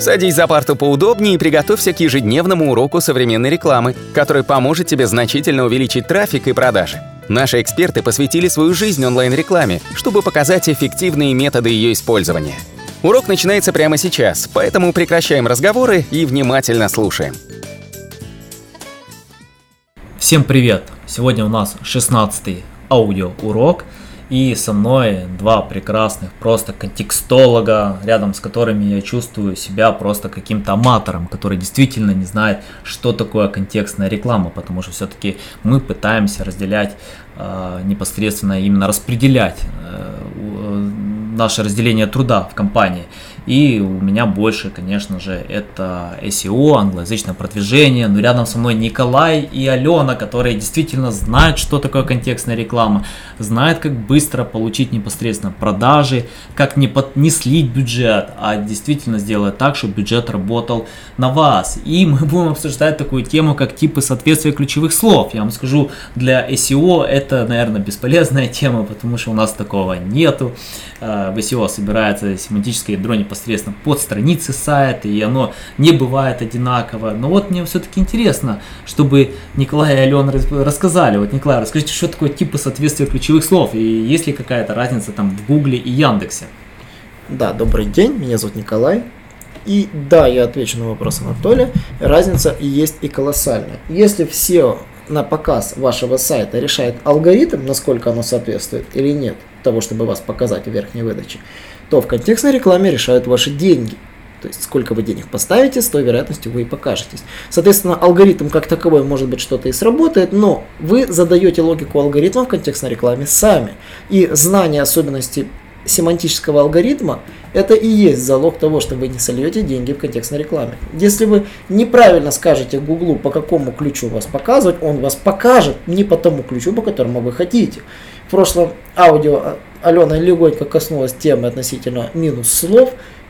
Садись за парту поудобнее и приготовься к ежедневному уроку современной рекламы, который поможет тебе значительно увеличить трафик и продажи. Наши эксперты посвятили свою жизнь онлайн-рекламе, чтобы показать эффективные методы ее использования. Урок начинается прямо сейчас, поэтому прекращаем разговоры и внимательно слушаем. Всем привет! Сегодня у нас 16-й аудиоурок, и со мной два прекрасных просто контекстолога, рядом с которыми я чувствую себя просто каким-то аматором, который действительно не знает, что такое контекстная реклама, потому что все-таки мы пытаемся разделять, непосредственно именно распределять наше разделение труда в компании. И у меня больше, конечно же, это SEO, англоязычное продвижение. Но рядом со мной Николай и Алена, которые действительно знают, что такое контекстная реклама, знают, как быстро получить непосредственно продажи, как не слить бюджет, а действительно сделать так, чтобы бюджет работал на вас. И мы будем обсуждать такую тему, как типы соответствия ключевых слов. Я вам скажу, для SEO это, наверное, бесполезная тема, потому что у нас такого нету. В SEO собирается семантическое ядро непосредственно под страницы сайта, и оно не бывает одинаково. Но вот мне все-таки интересно, чтобы Николай и Алена рассказали. Вот, Николай, расскажите, что такое типы соответствия ключевых слов, и есть ли какая-то разница там в Гугле и Яндексе? Да, добрый день, меня зовут Николай. И да, я отвечу на вопрос Анатолия. Разница есть и колоссальная. Если в SEO на показ вашего сайта решает алгоритм, насколько оно соответствует или нет того, чтобы вас показать в верхней выдаче, то в контекстной рекламе решают ваши деньги. То есть, сколько вы денег поставите, с той вероятностью вы и покажетесь. Соответственно, алгоритм как таковой, может быть, что-то и сработает, но вы задаете логику алгоритма в контекстной рекламе сами. И знание особенностей семантического алгоритма – это и есть залог того, что вы не сольете деньги в контекстной рекламе. Если вы неправильно скажете Гуглу, по какому ключу вас показывать, он вас покажет не по тому ключу, по которому вы хотите. В прошлом аудио Алена легонько коснулась темы относительно минус слов.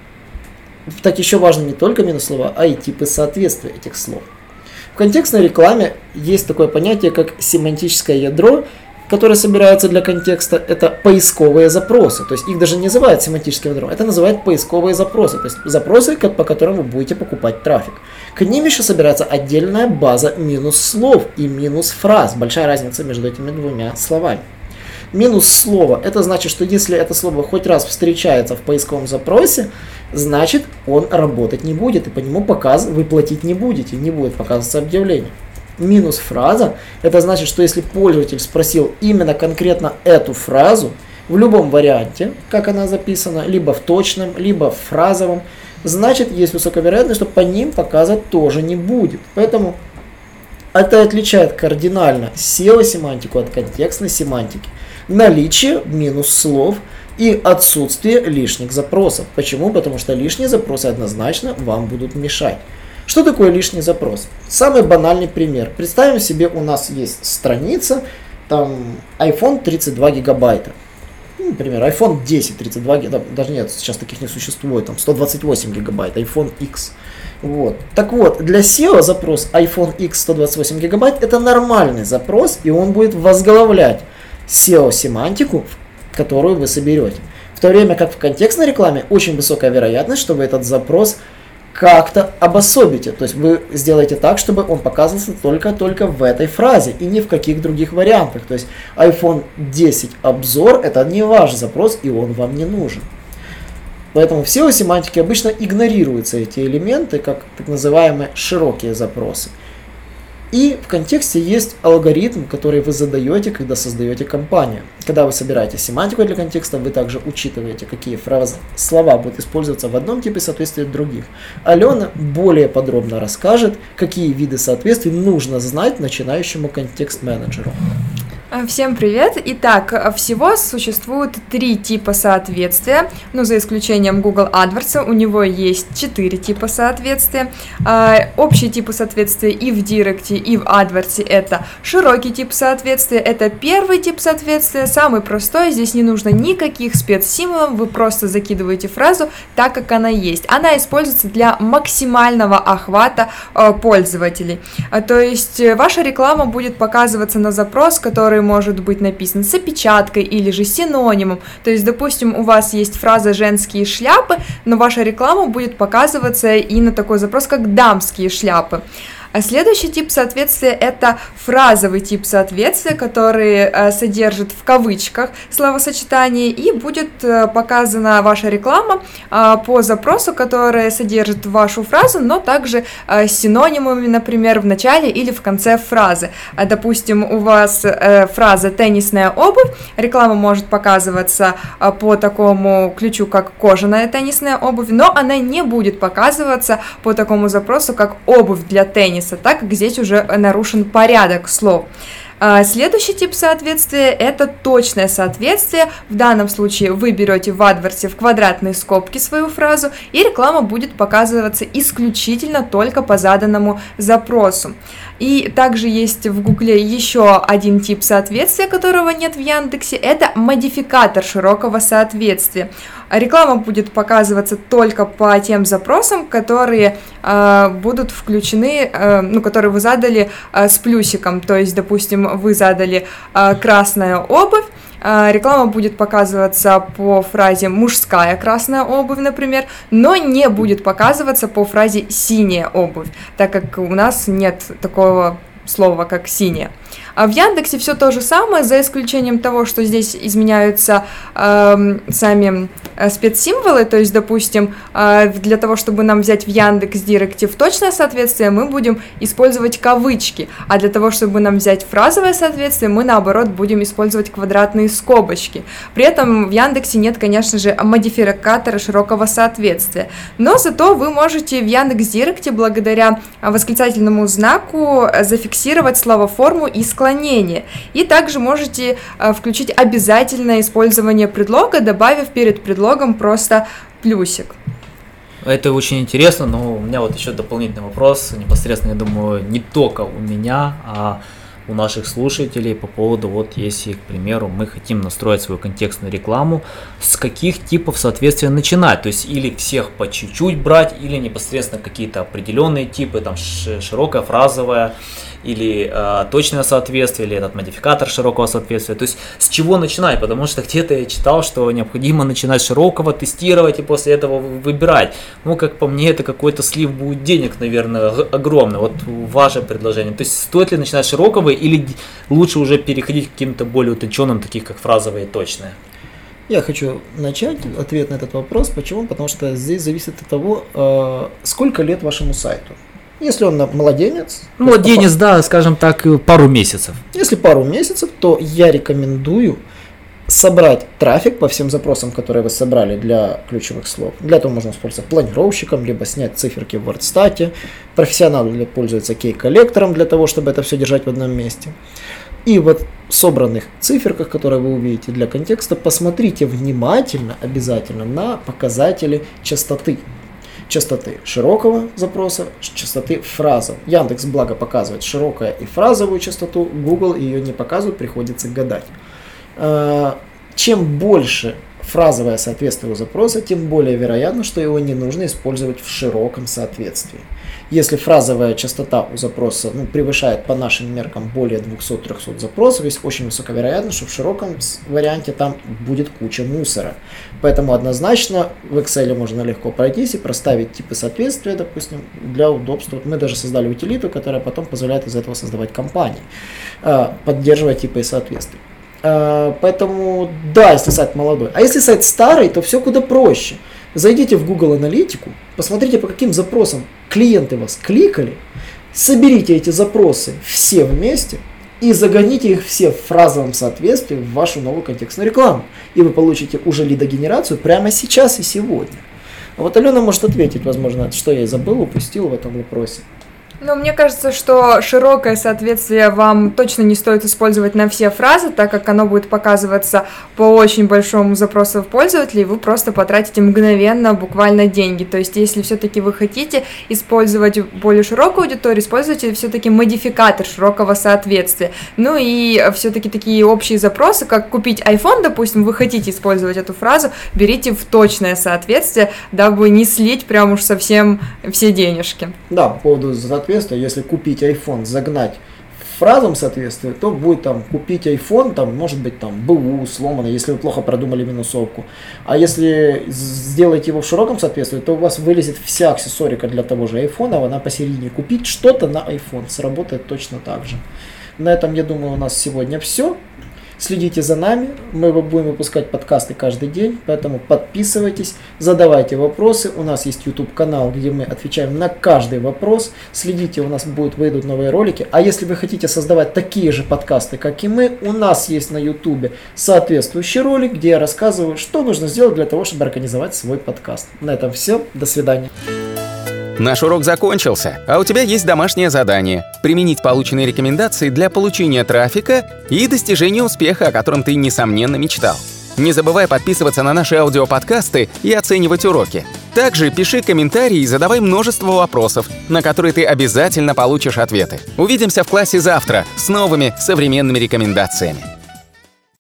Так еще важно не только минус слова, а и типы соответствия этих слов. В контекстной рекламе есть такое понятие, как семантическое ядро, которое собирается для контекста. Это поисковые запросы. То есть их даже не называют семантическим ядром, это называют поисковые запросы. То есть запросы, по которым вы будете покупать трафик. К ним еще собирается отдельная база минус слов и минус фраз. Большая разница между этими двумя словами. Минус слово – это значит, что если это слово хоть раз встречается в поисковом запросе, значит он работать не будет, и по нему вы платить не будете, не будет показываться объявление. Минус фраза – это значит, что если пользователь спросил именно конкретно эту фразу, в любом варианте, как она записана, либо в точном, либо в фразовом, значит есть высокая вероятность, что по ним показывать тоже не будет. Поэтому это отличает кардинально SEO-семантику от контекстной семантики. Наличие минус слов и отсутствие лишних запросов. Почему? Потому что лишние запросы однозначно вам будут мешать. Что такое лишний запрос? Самый банальный пример. Представим себе, у нас есть страница, там iPhone 32 гигабайта. Например, iPhone 10 32 гигабайта, даже нет, сейчас таких не существует, там 128 гигабайт, iPhone X. Вот. Так вот, для SEO запрос iPhone X 128 гигабайт это нормальный запрос, и он будет возглавлять SEO-семантику, которую вы соберете. В то время как в контекстной рекламе очень высокая вероятность, что вы этот запрос как-то обособите. То есть вы сделаете так, чтобы он показывался только в этой фразе и ни в каких других вариантах. То есть iPhone 10 обзор это не ваш запрос и он вам не нужен. Поэтому в SEO-семантике обычно игнорируются эти элементы, как так называемые широкие запросы. И в контексте есть алгоритм, который вы задаете, когда создаете кампанию. Когда вы собираете семантику для контекста, вы также учитываете, какие слова будут использоваться в одном типе соответствия других. Алена более подробно расскажет, какие виды соответствий нужно знать начинающему контекст-менеджеру. Всем привет! Итак, всего существует 3 типа соответствия, за исключением Google AdWords, у него есть 4 типа соответствия. Общие типы соответствия и в Директе, и в AdWords это широкий тип соответствия, это первый тип соответствия, самый простой, здесь не нужно никаких спецсимволов, вы просто закидываете фразу так, как она есть. Она используется для максимального охвата пользователей, то есть ваша реклама будет показываться на запрос, который может быть написан с опечаткой или же синонимом. То есть, допустим, у вас есть фраза «женские шляпы», но ваша реклама будет показываться и на такой запрос, как «дамские шляпы». А следующий тип соответствия – это фразовый тип соответствия, который содержит в кавычках словосочетание, и будет показана ваша реклама по запросу, который содержит вашу фразу, но также с синонимами, например, в начале или в конце фразы. Допустим, у вас фраза «теннисная обувь», реклама может показываться по такому ключу, как «кожаная теннисная обувь», но она не будет показываться по такому запросу, как «обувь для тенниса», так как здесь уже нарушен порядок слов. Следующий тип соответствия – это точное соответствие. В данном случае вы берете в AdWords в квадратные скобки свою фразу, и реклама будет показываться исключительно только по заданному запросу. И также есть в Гугле еще один тип соответствия, которого нет в Яндексе – это модификатор широкого соответствия. Реклама будет показываться только по тем запросам, которые будут включены, которые вы задали с плюсиком. То есть, допустим, вы задали красная обувь, реклама будет показываться по фразе «мужская красная обувь», например, но не будет показываться по фразе «синяя обувь», так как у нас нет такого слова, как «синяя». А в Яндексе все то же самое, за исключением того, что здесь изменяются сами спецсимволы, то есть, допустим, для того, чтобы нам взять в Яндекс.Директе в точное соответствие, мы будем использовать кавычки, а для того, чтобы нам взять фразовое соответствие, мы, наоборот, будем использовать квадратные скобочки. При этом в Яндексе нет, конечно же, модификатора широкого соответствия, но зато вы можете в Яндекс.Директе благодаря восклицательному знаку зафиксировать словоформу и склонение. И также можете включить обязательное использование предлога, добавив перед предлогом просто плюсик. Это очень интересно, но у меня вот еще дополнительный вопрос, непосредственно, я думаю, не только у меня, а у наших слушателей по поводу, вот если, к примеру, мы хотим настроить свою контекстную рекламу, с каких типов соответствия начинать, то есть или всех по чуть-чуть брать, или непосредственно какие-то определенные типы, там широкая, фразовая, или точное соответствие, или этот модификатор широкого соответствия, то есть с чего начинать, потому что где-то я читал, что необходимо начинать с широкого, тестировать и после этого выбирать. Ну, как по мне, это какой-то слив будет денег, наверное, огромный. Вот ваше предложение, то есть стоит ли начинать с широкого, или лучше уже переходить к каким-то более утонченным, таких как фразовые и точные? Я хочу начать ответ на этот вопрос. Почему? Потому что здесь зависит от того, сколько лет вашему сайту. Если он младенец... Младенец, да, скажем так, пару месяцев. Если пару месяцев, то я рекомендую собрать трафик по всем запросам, которые вы собрали для ключевых слов. Для этого можно воспользоваться планировщиком, либо снять циферки в WordStat. Профессионалы пользуются кей-коллектором для того, чтобы это все держать в одном месте. И вот в собранных циферках, которые вы увидите для контекста, посмотрите внимательно, обязательно на показатели частоты. Частоты широкого запроса, частоты фразов. Яндекс, благо, показывает широкую и фразовую частоту, Google ее не показывает, приходится гадать. Чем больше фразовое соответствие у запроса, тем более вероятно, что его не нужно использовать в широком соответствии. Если фразовая частота у запроса превышает по нашим меркам более 200-300 запросов, есть очень высокая вероятность, что в широком варианте там будет куча мусора. Поэтому однозначно в Excel можно легко пройтись и проставить типы соответствия, допустим, для удобства. Мы даже создали утилиту, которая потом позволяет из этого создавать кампании, поддерживать типы соответствий. Поэтому, да, если сайт молодой. А если сайт старый, то все куда проще. Зайдите в Google Аналитику, посмотрите, по каким запросам клиенты вас кликали, соберите эти запросы все вместе и загоните их все в фразовом соответствии в вашу новую контекстную рекламу. И вы получите уже лидогенерацию прямо сейчас и сегодня. А вот Алена может ответить, возможно, что я забыл, упустил в этом вопросе. Но мне кажется, что широкое соответствие вам точно не стоит использовать на все фразы, так как оно будет показываться по очень большому запросу пользователей, и вы просто потратите мгновенно, буквально деньги. То есть, если все-таки вы хотите использовать более широкую аудиторию, используйте все-таки модификатор широкого соответствия. Ну и все-таки такие общие запросы, как купить iPhone, допустим, вы хотите использовать эту фразу, берите в точное соответствие, дабы не слить прям уж совсем все денежки. Да, по поводу соответствия, если купить iPhone, загнать фразам соответствует, то будет там купить iPhone, там может быть там БУ сломано, если вы плохо продумали минусовку. А если сделаете его в широком соответствии, то у вас вылезет вся аксессуарика для того же iPhone, а она посередине купить что-то на iPhone, сработает точно так же. На этом, я думаю, у нас сегодня все. Следите за нами, мы будем выпускать подкасты каждый день, поэтому подписывайтесь, задавайте вопросы. У нас есть YouTube-канал, где мы отвечаем на каждый вопрос. Следите, у нас выйдут новые ролики. А если вы хотите создавать такие же подкасты, как и мы, у нас есть на YouTube соответствующий ролик, где я рассказываю, что нужно сделать для того, чтобы организовать свой подкаст. На этом все, до свидания. Наш урок закончился, а у тебя есть домашнее задание – применить полученные рекомендации для получения трафика и достижения успеха, о котором ты, несомненно, мечтал. Не забывай подписываться на наши аудиоподкасты и оценивать уроки. Также пиши комментарии и задавай множество вопросов, на которые ты обязательно получишь ответы. Увидимся в классе завтра с новыми современными рекомендациями.